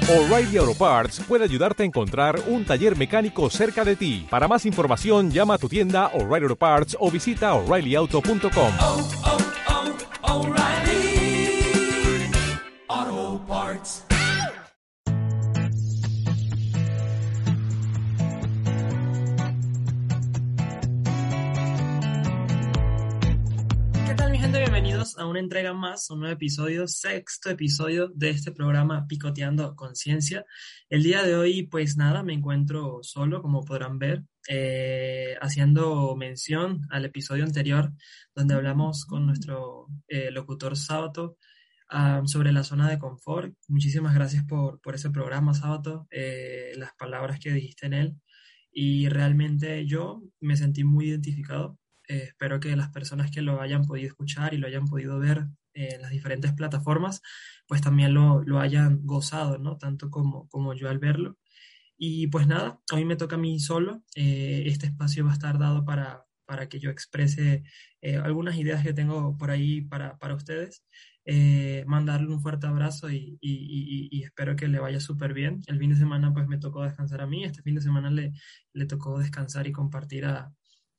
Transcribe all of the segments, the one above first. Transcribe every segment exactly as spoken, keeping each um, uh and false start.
O'Reilly Auto Parts puede ayudarte a encontrar un taller mecánico cerca de ti. Para más información, llama a tu tienda O'Reilly Auto Parts o visita O'Reilly Auto punto com. Oh, oh, oh, O'Reilly Auto Parts. ¿Qué tal, mi gente? Bienvenidos a una entrega más, un nuevo episodio, sexto episodio de este programa Picoteando Conciencia. El día de hoy, pues nada, me encuentro solo, como podrán ver, eh, haciendo mención al episodio anterior, donde hablamos con nuestro eh, locutor Sábato um, sobre la zona de confort. Muchísimas gracias por, por ese programa, Sábato, eh, las palabras que dijiste en él. Y realmente yo me sentí muy identificado. Eh, espero que las personas que lo hayan podido escuchar y lo hayan podido ver eh, en las diferentes plataformas, pues también lo, lo hayan gozado, ¿no? Tanto como, como yo al verlo. Y pues nada, hoy me toca a mí solo. Eh, este espacio va a estar dado para, para que yo exprese eh, algunas ideas que tengo por ahí para, para ustedes. Eh, mandarle un fuerte abrazo y, y, y, y espero que le vaya súper bien. El fin de semana pues me tocó descansar a mí, este fin de semana le, le tocó descansar y compartir a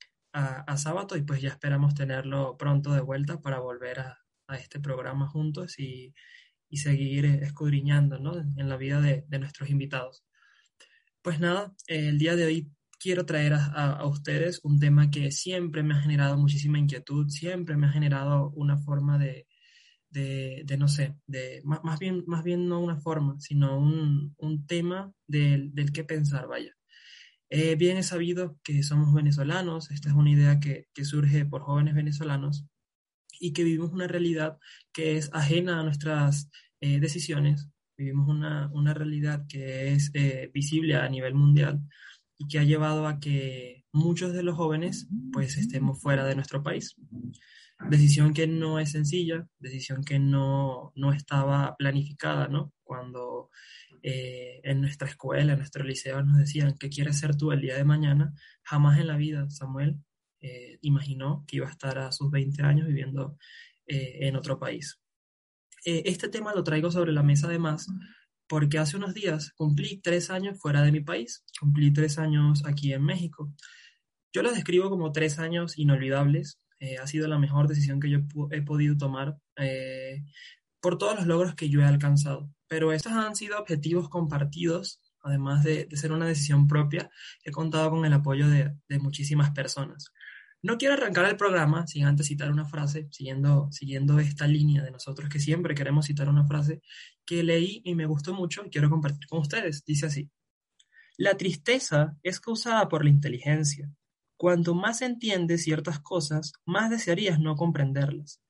a, a Sábato, y pues ya esperamos tenerlo pronto de vuelta para volver a, a este programa juntos y, y seguir escudriñando, ¿no? en la vida de, de nuestros invitados. Pues nada, eh, el día de hoy quiero traer a, a, a ustedes un tema que siempre me ha generado muchísima inquietud, siempre me ha generado una forma de, de, de no sé, de, más, más, bien, más bien no una forma, sino un, un tema del, del que pensar, vaya. Eh, bien es sabido que somos venezolanos. Esta es una idea que, que surge por jóvenes venezolanos y que vivimos una realidad que es ajena a nuestras eh, decisiones. Vivimos una, una realidad que es eh, visible a nivel mundial y que ha llevado a que muchos de los jóvenes pues estemos fuera de nuestro país. Decisión que no es sencilla, decisión que no, no estaba planificada, ¿no? Cuando eh, en nuestra escuela, en nuestro liceo nos decían, ¿qué quieres ser tú el día de mañana? Jamás en la vida Samuel eh, imaginó que iba a estar a sus veinte años viviendo eh, en otro país. Eh, este tema lo traigo sobre la mesa además porque hace unos días cumplí tres años fuera de mi país, cumplí tres años aquí en México. Yo los describo como tres años inolvidables. Eh, ha sido la mejor decisión que yo he podido tomar eh, por todos los logros que yo he alcanzado. Pero estos han sido objetivos compartidos, además de, de ser una decisión propia. He contado con el apoyo de, de muchísimas personas. No quiero arrancar el programa sin antes citar una frase, siguiendo, siguiendo esta línea de nosotros que siempre queremos citar una frase que leí y me gustó mucho y quiero compartir con ustedes. Dice así: la tristeza es causada por la inteligencia. Cuanto más entiendes ciertas cosas, más desearías no comprenderlas.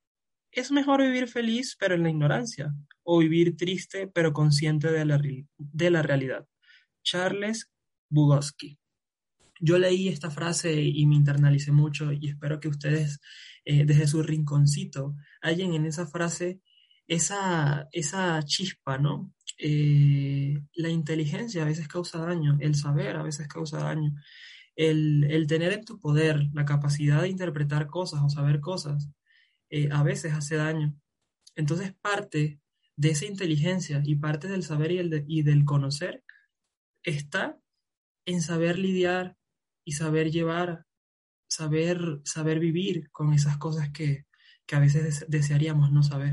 ¿Es mejor vivir feliz pero en la ignorancia, o vivir triste pero consciente de la, de la realidad? Charles Bukowski. Yo leí esta frase y me internalicé mucho y espero que ustedes eh, desde su rinconcito hallen en esa frase esa, esa chispa, ¿no? Eh, la inteligencia a veces causa daño, el saber a veces causa daño. El, el tener en tu poder la capacidad de interpretar cosas o saber cosas, eh, a veces hace daño. Entonces parte de esa inteligencia y parte del saber y, el de, y del conocer está en saber lidiar y saber llevar, saber, saber vivir con esas cosas que, que a veces des- desearíamos no saber.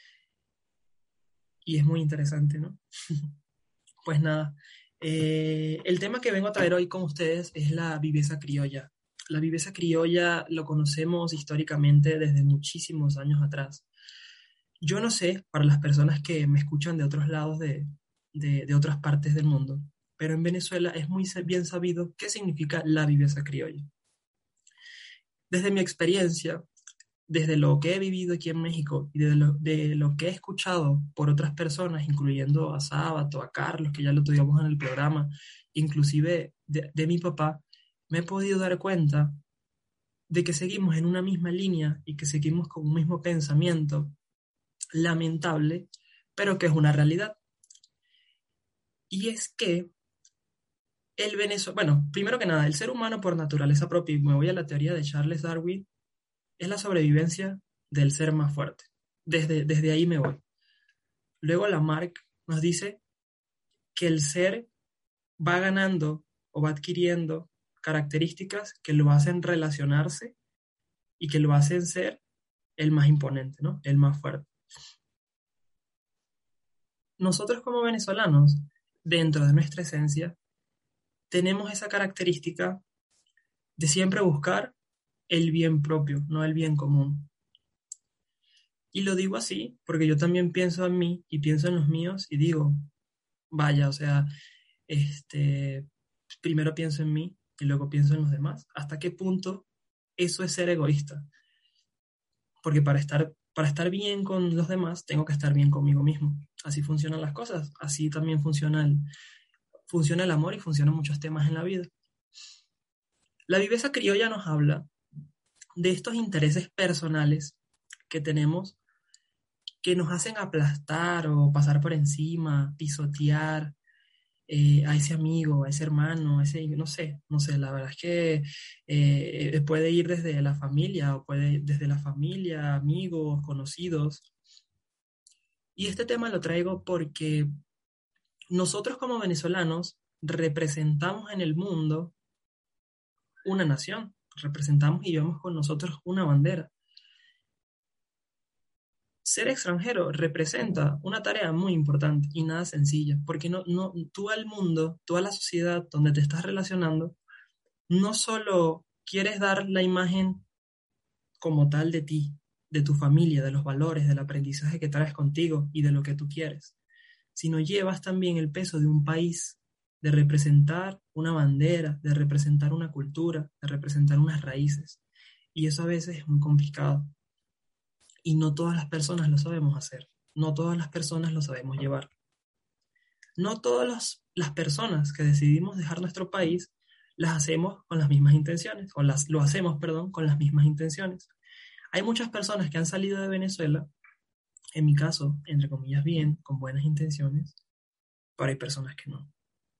Y es muy interesante, ¿no? Pues nada, eh, el tema que vengo a traer hoy con ustedes es la viveza criolla. La viveza criolla lo conocemos históricamente desde muchísimos años atrás. Yo no sé, para las personas que me escuchan de otros lados de, de, de otras partes del mundo, pero en Venezuela es muy bien sabido qué significa la viveza criolla. Desde mi experiencia, desde lo que he vivido aquí en México y de lo, de lo que he escuchado por otras personas, incluyendo a Sábato, a Carlos, que ya lo tuvimos en el programa, inclusive de, de mi papá, me he podido dar cuenta de que seguimos en una misma línea y que seguimos con un mismo pensamiento lamentable, pero que es una realidad. Y es que el venezolano, bueno, primero que nada, el ser humano por naturaleza propia, y me voy a la teoría de Charles Darwin, es la sobrevivencia del ser más fuerte. Desde, desde ahí me voy. Luego Lamarck nos dice que el ser va ganando o va adquiriendo características que lo hacen relacionarse y que lo hacen ser el más imponente, ¿no? El más fuerte. Nosotros como venezolanos, dentro de nuestra esencia, tenemos esa característica de siempre buscar el bien propio, no el bien común. Y lo digo así porque yo también pienso en mí y pienso en los míos y digo, vaya, o sea, este, primero pienso en mí y luego pienso en los demás. ¿Hasta qué punto eso es ser egoísta? Porque para estar, para estar bien con los demás, tengo que estar bien conmigo mismo. Así funcionan las cosas, así también funciona el, funciona el amor y funcionan muchos temas en la vida. La viveza criolla nos habla de estos intereses personales que tenemos que nos hacen aplastar o pasar por encima, pisotear eh, a ese amigo, a ese hermano, a ese, no sé, no sé, la verdad es que eh, puede ir desde la familia o puede desde la familia, amigos, conocidos. Y este tema lo traigo porque nosotros como venezolanos representamos en el mundo una nación, representamos y llevamos con nosotros una bandera. Ser extranjero representa una tarea muy importante y nada sencilla, porque no, no, tú al mundo, tú a la sociedad donde te estás relacionando, no solo quieres dar la imagen como tal de ti, de tu familia, de los valores, del aprendizaje que traes contigo y de lo que tú quieres, sino llevas también el peso de un país, de representar una bandera, de representar una cultura, de representar unas raíces. Y eso a veces es muy complicado. Y no todas las personas lo sabemos hacer. No todas las personas lo sabemos llevar. No todas los- las personas que decidimos dejar nuestro país las hacemos con las mismas intenciones, o las, lo hacemos, perdón, con las mismas intenciones. Hay muchas personas que han salido de Venezuela, en mi caso, entre comillas, bien, con buenas intenciones, pero hay personas que no.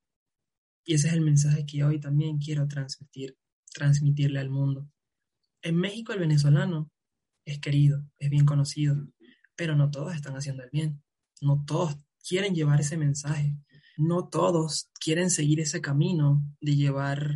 Y ese es el mensaje que hoy también quiero transmitir, transmitirle al mundo. En México el venezolano es querido, es bien conocido, pero no todos están haciendo el bien. No todos quieren llevar ese mensaje. No todos quieren seguir ese camino de llevar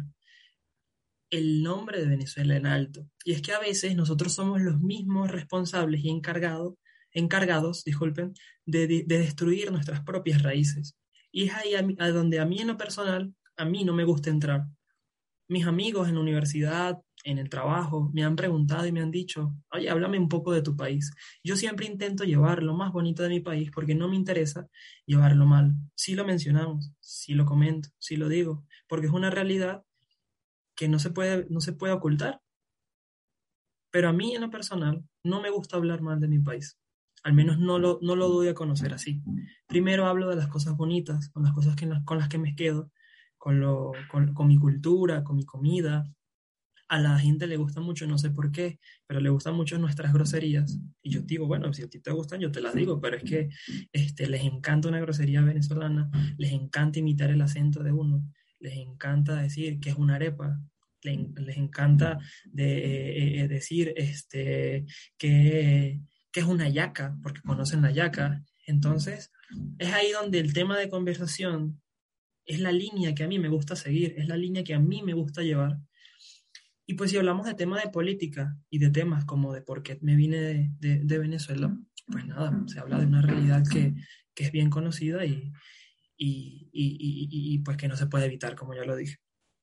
el nombre de Venezuela en alto. Y es que a veces nosotros somos los mismos responsables y encargados, encargados, disculpen, de, de- de destruir nuestras propias raíces. Y es ahí a, mí- a donde a mí en lo personal, a mí no me gusta entrar. Mis amigos en la universidad, en el trabajo, me han preguntado y me han dicho, oye, háblame un poco de tu país. Yo siempre intento llevar lo más bonito de mi país porque no me interesa llevarlo mal. Sí lo mencionamos, sí lo comento, sí lo digo, porque es una realidad que no se puede, no se puede ocultar. Pero a mí en lo personal no me gusta hablar mal de mi país. Al menos no lo, no lo doy a conocer así. Primero hablo de las cosas bonitas, con las cosas que, con las que me quedo, con, lo, con, con mi cultura, con mi comida. A la gente le gusta mucho, no sé por qué, pero le gustan mucho nuestras groserías. Y yo digo, bueno, si a ti te gustan, yo te las digo, pero es que este, les encanta una grosería venezolana, les encanta imitar el acento de uno, les encanta decir que es una arepa, les, les encanta de, eh, eh, decir este, que, que es una yaca, porque conocen la yaca. Entonces, es ahí donde el tema de conversación es la línea que a mí me gusta seguir, es la línea que a mí me gusta llevar. Y pues si hablamos de tema de política y de temas como de por qué me vine de, de- de Venezuela, pues nada, se habla de una realidad que, que es bien conocida y, y, y- y- y- y, pues que no se puede evitar, como ya lo dije.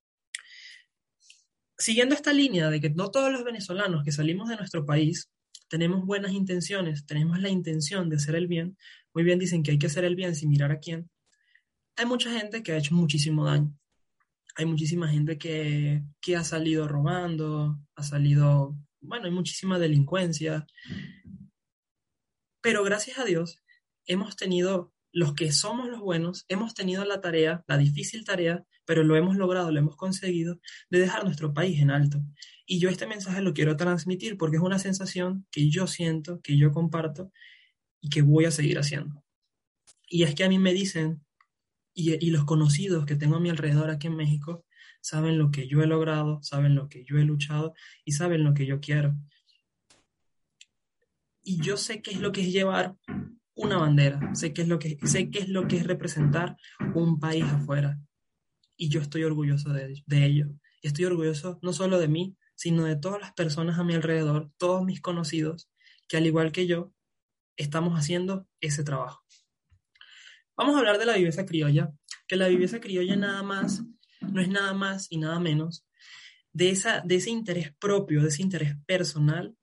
Siguiendo esta línea de que no todos los venezolanos que salimos de nuestro país tenemos buenas intenciones, tenemos la intención de hacer el bien, muy bien dicen que hay que hacer el bien sin mirar a quién, hay mucha gente que ha hecho muchísimo daño. Hay muchísima gente que, que ha salido robando, ha salido, bueno, hay muchísima delincuencia, pero gracias a Dios hemos tenido, los que somos los buenos, hemos tenido la tarea, la difícil tarea, pero lo hemos logrado, lo hemos conseguido, de dejar nuestro país en alto. Y yo este mensaje lo quiero transmitir porque es una sensación que yo siento, que yo comparto y que voy a seguir haciendo. Y es que a mí me dicen, y, y los conocidos que tengo a mi alrededor aquí en México, saben lo que yo he logrado, saben lo que yo he luchado y saben lo que yo quiero. Y yo sé qué es lo que es llevar una bandera, sé qué es lo que, sé qué es lo que es representar un país afuera y yo estoy orgulloso de, de ello. Y estoy orgulloso no solo de mí, sino de todas las personas a mi alrededor, todos mis conocidos, que al igual que yo, estamos haciendo ese trabajo. Vamos a hablar de la viveza criolla, que la viveza criolla nada más, no es nada más y nada menos de, esa, de ese interés propio, de ese interés personal,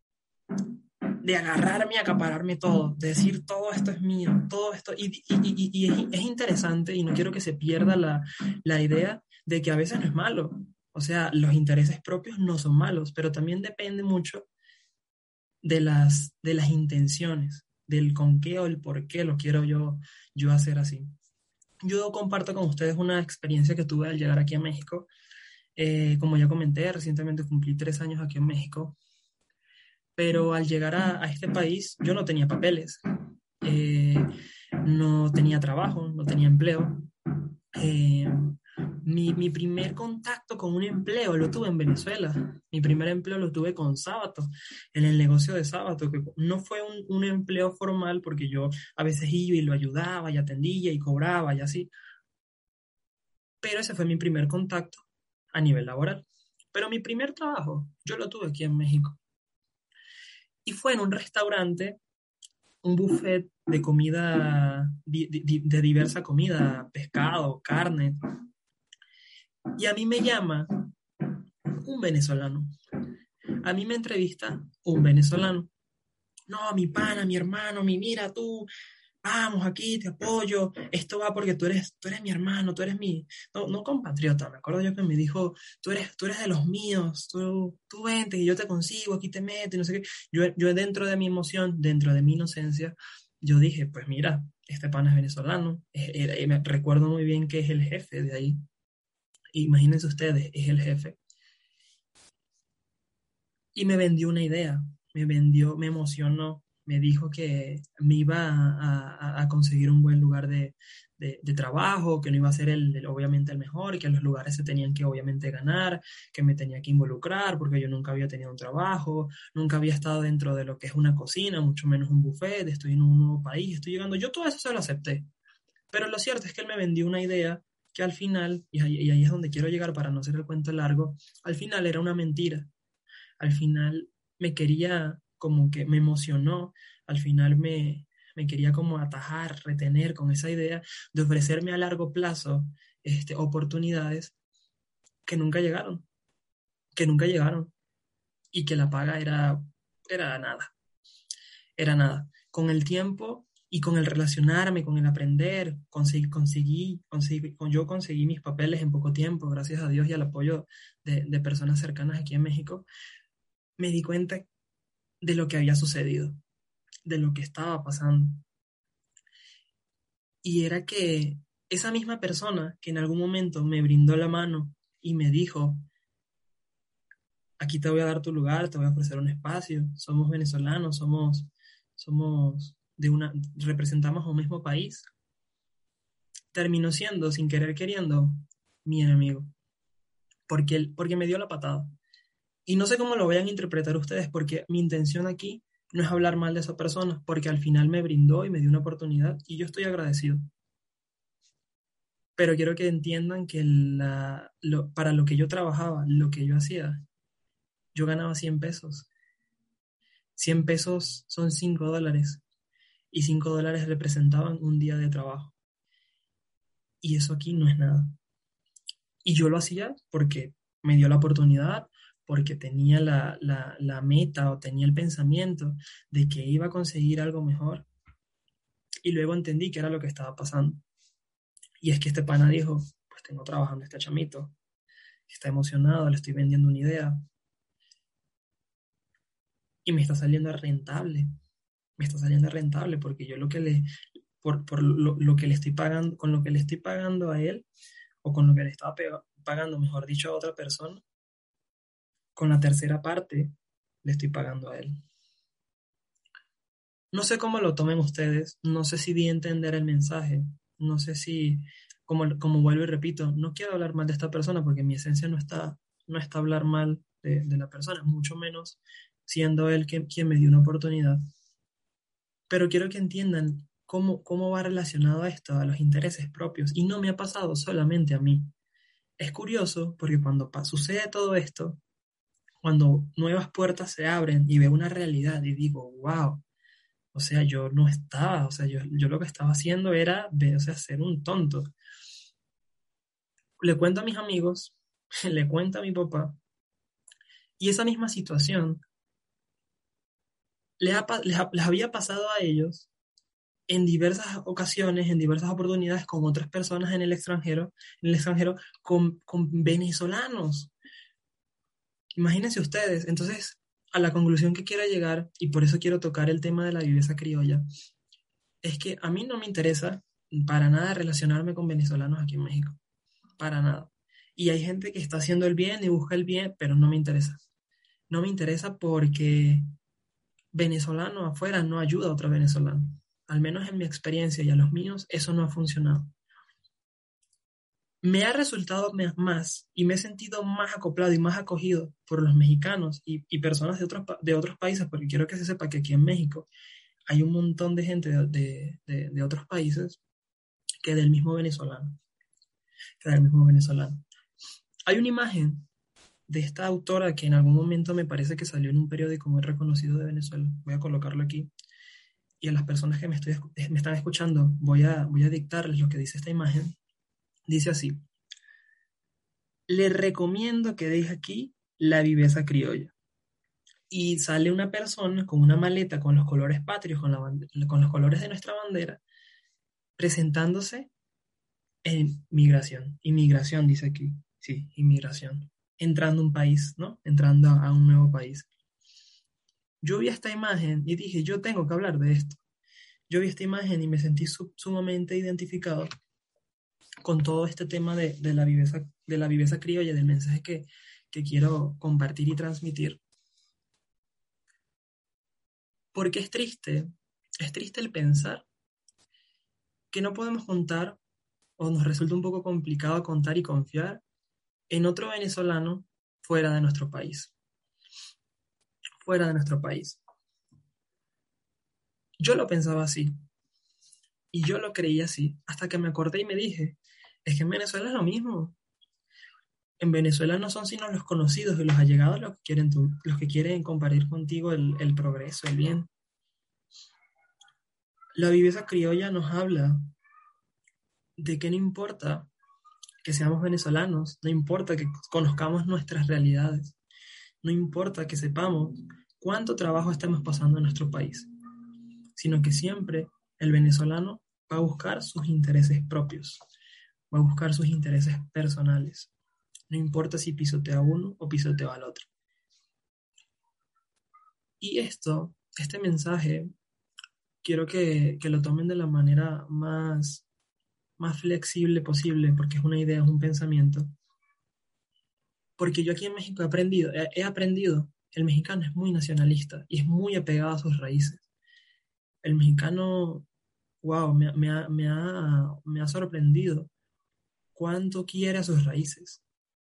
de agarrarme y acapararme todo, de decir todo esto es mío, todo esto, y, y, y, y es, es interesante y no quiero que se pierda la, la idea de que a veces no es malo, o sea, los intereses propios no son malos, pero también depende mucho de las, de las intenciones, del con qué o el por qué lo quiero yo, yo hacer así. Yo comparto con ustedes una experiencia que tuve al llegar aquí a México. Eh, como ya comenté, recientemente cumplí tres años aquí en México, pero al llegar a, a este país yo no tenía papeles, eh, no tenía trabajo, no tenía empleo. Eh, mi, mi primer contacto con un empleo lo tuve en Venezuela. Mi primer empleo lo tuve con Sábato, en el negocio de Sábato, que no fue un, un empleo formal porque yo a veces iba y lo ayudaba y atendía y cobraba y así. Pero ese fue mi primer contacto a nivel laboral. Pero mi primer trabajo yo lo tuve aquí en México. Y fue en un restaurante, un buffet de comida, de, de, de diversa comida, pescado, carne. Y a mí me llama un venezolano. A mí me entrevista un venezolano. No, mi pana, mi hermano, mi mira tú, vamos aquí, te apoyo, esto va porque tú eres, tú eres mi hermano, tú eres mi, no, no compatriota, me acuerdo yo que me dijo, tú eres, tú eres de los míos, tú, tú vente y yo te consigo, aquí te meto y no sé qué. Yo, yo dentro de mi emoción, dentro de mi inocencia, yo dije, pues mira, este pana es venezolano, es- y me recuerdo muy bien que es el jefe de ahí, imagínense ustedes, es el jefe, y me vendió una idea, me vendió, me emocionó, me dijo que me iba a, a- a conseguir un buen lugar de, de- de trabajo, que no iba a ser el, el- obviamente el mejor, que los lugares se tenían que obviamente ganar, que me tenía que involucrar porque yo nunca había tenido un trabajo, nunca había estado dentro de lo que es una cocina, mucho menos un buffet, estoy en un nuevo país, estoy llegando, yo todo eso se lo acepté, pero lo cierto es que él me vendió una idea que al final, y ahí, y ahí es donde quiero llegar para no hacer el cuento largo, al final era una mentira, al final me quería como que me emocionó, al final me, me quería como atajar, retener con esa idea de ofrecerme a largo plazo este, oportunidades que nunca llegaron, que nunca llegaron y que la paga era, era nada, era nada. Con el tiempo y con el relacionarme, con el aprender, conseguí, conseguí, conseguí, yo conseguí mis papeles en poco tiempo, gracias a Dios y al apoyo de, de personas cercanas aquí en México, me di cuenta de lo que había sucedido, de lo que estaba pasando. Y era que esa misma persona que en algún momento me brindó la mano y me dijo, aquí te voy a dar tu lugar, te voy a ofrecer un espacio, somos venezolanos, somos, somos de una, representamos a un mismo país, terminó siendo, sin querer queriendo, mi enemigo, porque, él, porque me dio la patada. Y no sé cómo lo vayan a interpretar ustedes, porque mi intención aquí no es hablar mal de esa persona, porque al final me brindó y me dio una oportunidad y yo estoy agradecido. Pero quiero que entiendan que la, lo- para lo que yo trabajaba, lo que yo hacía, yo ganaba cien pesos. Cien pesos son cinco dólares y cinco dólares representaban un día de trabajo. Y eso aquí no es nada. Y yo lo hacía porque me dio la oportunidad, porque tenía la, la, la meta o tenía el pensamiento de que iba a conseguir algo mejor. Y luego entendí que era lo que estaba pasando. Y es que este pana dijo, pues tengo trabajando este chamito, está emocionado, le estoy vendiendo una idea y me está saliendo rentable, me está saliendo rentable porque yo lo que le, por, por lo, lo que le estoy pagando, con lo que le estoy pagando a él, o con lo que le estaba pega- pagando, mejor dicho, a otra persona, con la tercera parte le estoy pagando a él. No sé cómo lo tomen ustedes, no sé si di a entender el mensaje, no sé si, como, como vuelvo y repito, no quiero hablar mal de esta persona porque mi esencia no está, no está hablar mal de, de la persona, mucho menos siendo él quien, quien me dio una oportunidad. Pero quiero que entiendan cómo, cómo va relacionado a esto, a los intereses propios. Y no me ha pasado solamente a mí. Es curioso porque cuando pa- sucede todo esto, cuando nuevas puertas se abren y veo una realidad y digo, wow, o sea, yo no estaba, o sea, yo, yo lo que estaba haciendo era, ve- o sea, ser un tonto. Le cuento a mis amigos, le cuento a mi papá, y esa misma situación les, ha pa- les ha- les había pasado a ellos en diversas ocasiones, en diversas oportunidades con otras personas en el extranjero, en el extranjero, con, con venezolanos. Imagínense ustedes. Entonces, a la conclusión que quiero llegar, y por eso quiero tocar el tema de la viveza criolla, es que a mí no me interesa para nada relacionarme con venezolanos aquí en México. Para nada. Y hay gente que está haciendo el bien y busca el bien, pero no me interesa. No me interesa porque venezolano afuera no ayuda a otro venezolano. Al menos en mi experiencia y a los míos, eso no ha funcionado. Me ha resultado me- más y me he sentido más acoplado y más acogido por los mexicanos y, y personas de otros, pa- de otros países, porque quiero que se sepa que aquí en México hay un montón de gente de, de- de- de otros países que del mismo venezolano, que del mismo venezolano. Hay una imagen de esta autora que en algún momento me parece que salió en un periódico muy reconocido de Venezuela. Voy a colocarlo aquí. Y a las personas que me, estoy, me están escuchando, voy a, voy a dictarles lo que dice esta imagen. Dice así: le recomiendo que deje aquí la viveza criolla. Y sale una persona con una maleta con los colores patrios, con, la bande- con los colores de nuestra bandera, presentándose en migración. Inmigración, dice aquí. Sí, inmigración. Entrando a un país, ¿no? Entrando a, a un nuevo país. Yo vi esta imagen y dije, yo tengo que hablar de esto. Yo vi esta imagen y me sentí su- sumamente identificado con todo este tema de, de la viveza, de la viveza criolla, del mensaje que, que quiero compartir y transmitir. Porque es triste, es triste el pensar que no podemos contar o nos resulta un poco complicado contar y confiar en otro venezolano fuera de nuestro país, fuera de nuestro país. Yo lo pensaba así y yo lo creía así hasta que me acordé y me dije, es que en Venezuela es lo mismo. En Venezuela no son sino los conocidos y los allegados los que quieren, tu- los que quieren compartir contigo el, el progreso, el bien. La viveza criolla nos habla de que no importa que seamos venezolanos, no importa que conozcamos nuestras realidades, no importa que sepamos cuánto trabajo estamos pasando en nuestro país, sino que siempre el venezolano va a buscar sus intereses propios, va a buscar sus intereses personales, no importa si pisotea a uno o pisotea al otro. Y esto, este mensaje, quiero que, que lo tomen de la manera más, más flexible posible, porque es una idea, es un pensamiento. Porque yo aquí en México he aprendido, he, he aprendido, el mexicano es muy nacionalista y es muy apegado a sus raíces. El mexicano, wow, me, me ha, me ha, me ha sorprendido cuánto quiere a sus raíces.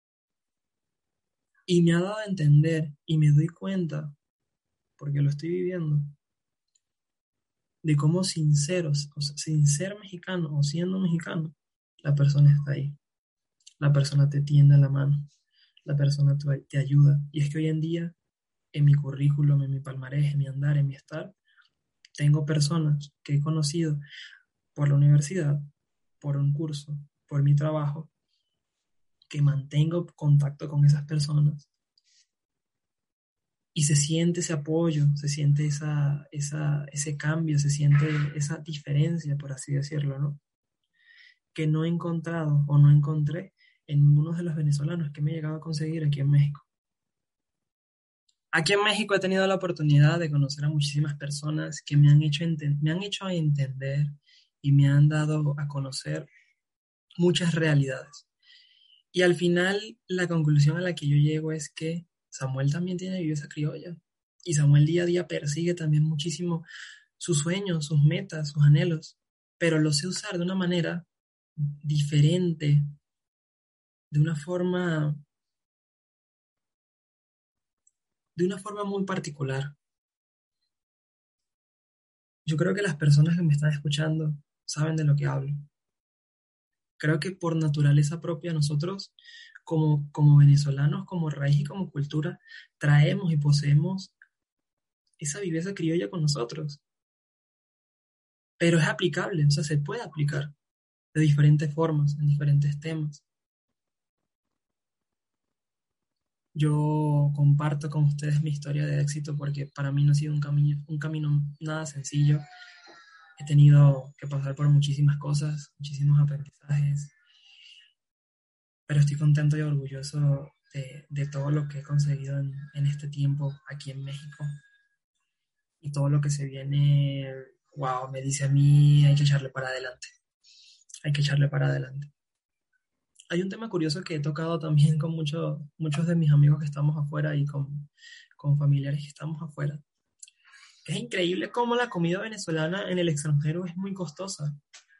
Y me ha dado a entender y me doy cuenta, porque lo estoy viviendo, de cómo sinceros, o sea, sin ser mexicano o siendo mexicano, la persona está ahí. La persona te tiende la mano, la persona te, te ayuda. Y es que hoy en día, en mi currículum, en mi palmarés, en mi andar, en mi estar, tengo personas que he conocido por la universidad, por un curso, por mi trabajo, que mantengo contacto con esas personas y se siente ese apoyo, se siente esa, esa, ese cambio, se siente esa diferencia, por así decirlo, ¿no? Que no he encontrado o no encontré en ninguno de los venezolanos que me he llegado a conseguir aquí en México. Aquí en México he tenido la oportunidad de conocer a muchísimas personas que me han hecho, enten- me han hecho entender y me han dado a conocer muchas realidades. Y al final, la conclusión a la que yo llego es que Samuel también tiene viveza criolla. Y Samuel día a día persigue también muchísimo sus sueños, sus metas, sus anhelos. Pero lo sé usar de una manera diferente, de una forma, de una forma muy particular. Yo creo que las personas que me están escuchando saben de lo que hablo. Creo que por naturaleza propia nosotros, como, como venezolanos, como raíz y como cultura, traemos y poseemos esa viveza criolla con nosotros. Pero es aplicable, o sea, se puede aplicar de diferentes formas, en diferentes temas. Yo comparto con ustedes mi historia de éxito porque para mí no ha sido un camino, un camino nada sencillo. He tenido que pasar por muchísimas cosas, muchísimos aprendizajes, pero estoy contento y orgulloso de, de todo lo que he conseguido en, en este tiempo aquí en México. Y todo lo que se viene, wow, me dice a mí, hay que echarle para adelante, hay que echarle para adelante. Hay un tema curioso que he tocado también con muchos muchos de mis amigos que estamos afuera y con, con familiares que estamos afuera. Es increíble cómo la comida venezolana en el extranjero es muy costosa.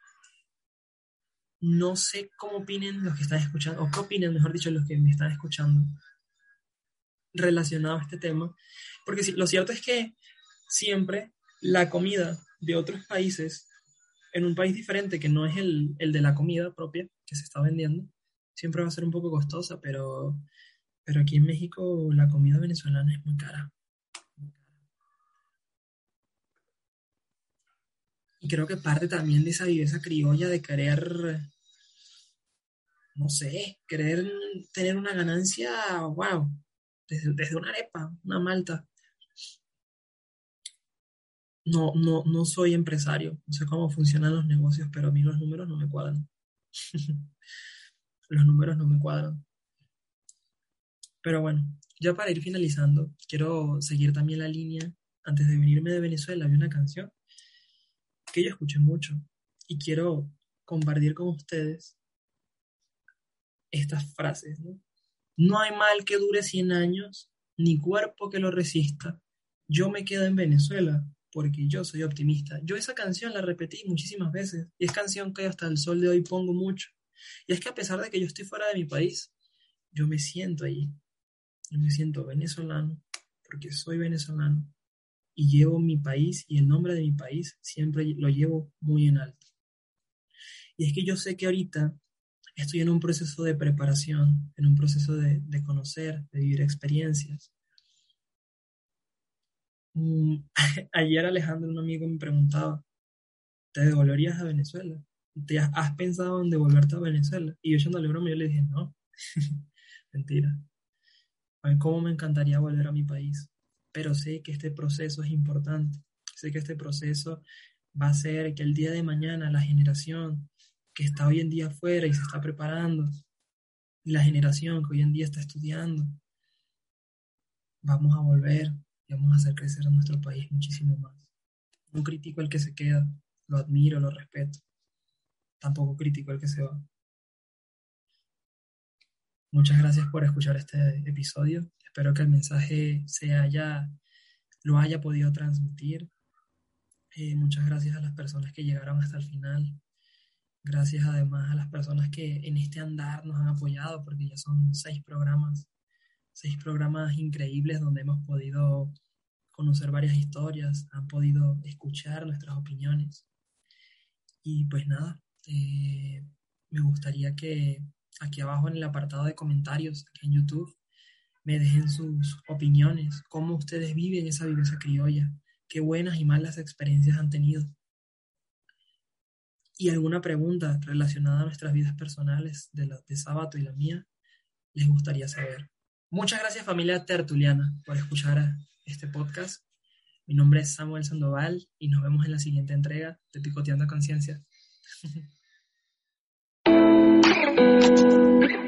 No sé cómo opinen los que están escuchando, o qué opinen, mejor dicho, los que me están escuchando relacionado a este tema, porque sí, lo cierto es que siempre la comida de otros países, en un país diferente que no es el, el de la comida propia que se está vendiendo, siempre va a ser un poco costosa, pero, pero aquí en México la comida venezolana es muy cara. Y creo que parte también de esa viveza criolla de querer, no sé, querer tener una ganancia, wow, desde, desde una arepa, una malta. No, no, no soy empresario, no sé cómo funcionan los negocios, pero a mí los números no me cuadran. Los números no me cuadran. Pero bueno, ya para ir finalizando, quiero seguir también la línea. Antes de venirme de Venezuela, había una canción que yo escuché mucho y quiero compartir con ustedes estas frases, ¿no? No hay mal que dure cien años, ni cuerpo que lo resista. Yo me quedo en Venezuela porque yo soy optimista. Yo esa canción la repetí muchísimas veces y es canción que hasta el sol de hoy pongo mucho. Y es que a pesar de que yo estoy fuera de mi país, yo me siento allí. Yo me siento venezolano porque soy venezolano y llevo mi país y el nombre de mi país siempre lo llevo muy en alto. Y es que yo sé que ahorita estoy en un proceso de preparación, en un proceso de, de conocer, de vivir experiencias. Mm, ayer Alejandro, un amigo, me preguntaba, ¿te devolverías a Venezuela? ¿Te has, has pensado en devolverte a Venezuela? Y yo echándole broma, yo le dije, no, mentira. A mí cómo me encantaría volver a mi país, pero sé que este proceso es importante. Sé que este proceso va a hacer que el día de mañana la generación que está hoy en día afuera y se está preparando, y la generación que hoy en día está estudiando, vamos a volver y vamos a hacer crecer a nuestro país muchísimo más. No critico al que se queda, lo admiro, lo respeto. Tampoco critico al que se va. Muchas gracias por escuchar este episodio. Espero que el mensaje se haya, lo haya podido transmitir. Eh, muchas gracias a las personas que llegaron hasta el final. Gracias además a las personas que en este andar nos han apoyado, porque ya son seis programas, seis programas increíbles donde hemos podido conocer varias historias, han podido escuchar nuestras opiniones. Y pues nada, eh, me gustaría que aquí abajo en el apartado de comentarios, aquí en YouTube, me dejen sus opiniones, cómo ustedes viven esa viveza criolla, qué buenas y malas experiencias han tenido. Y alguna pregunta relacionada a nuestras vidas personales, de la de Sábato y la mía, les gustaría saber. Muchas gracias, familia tertuliana, por escuchar este podcast. Mi nombre es Samuel Sandoval y nos vemos en la siguiente entrega de Picoteando Conciencia.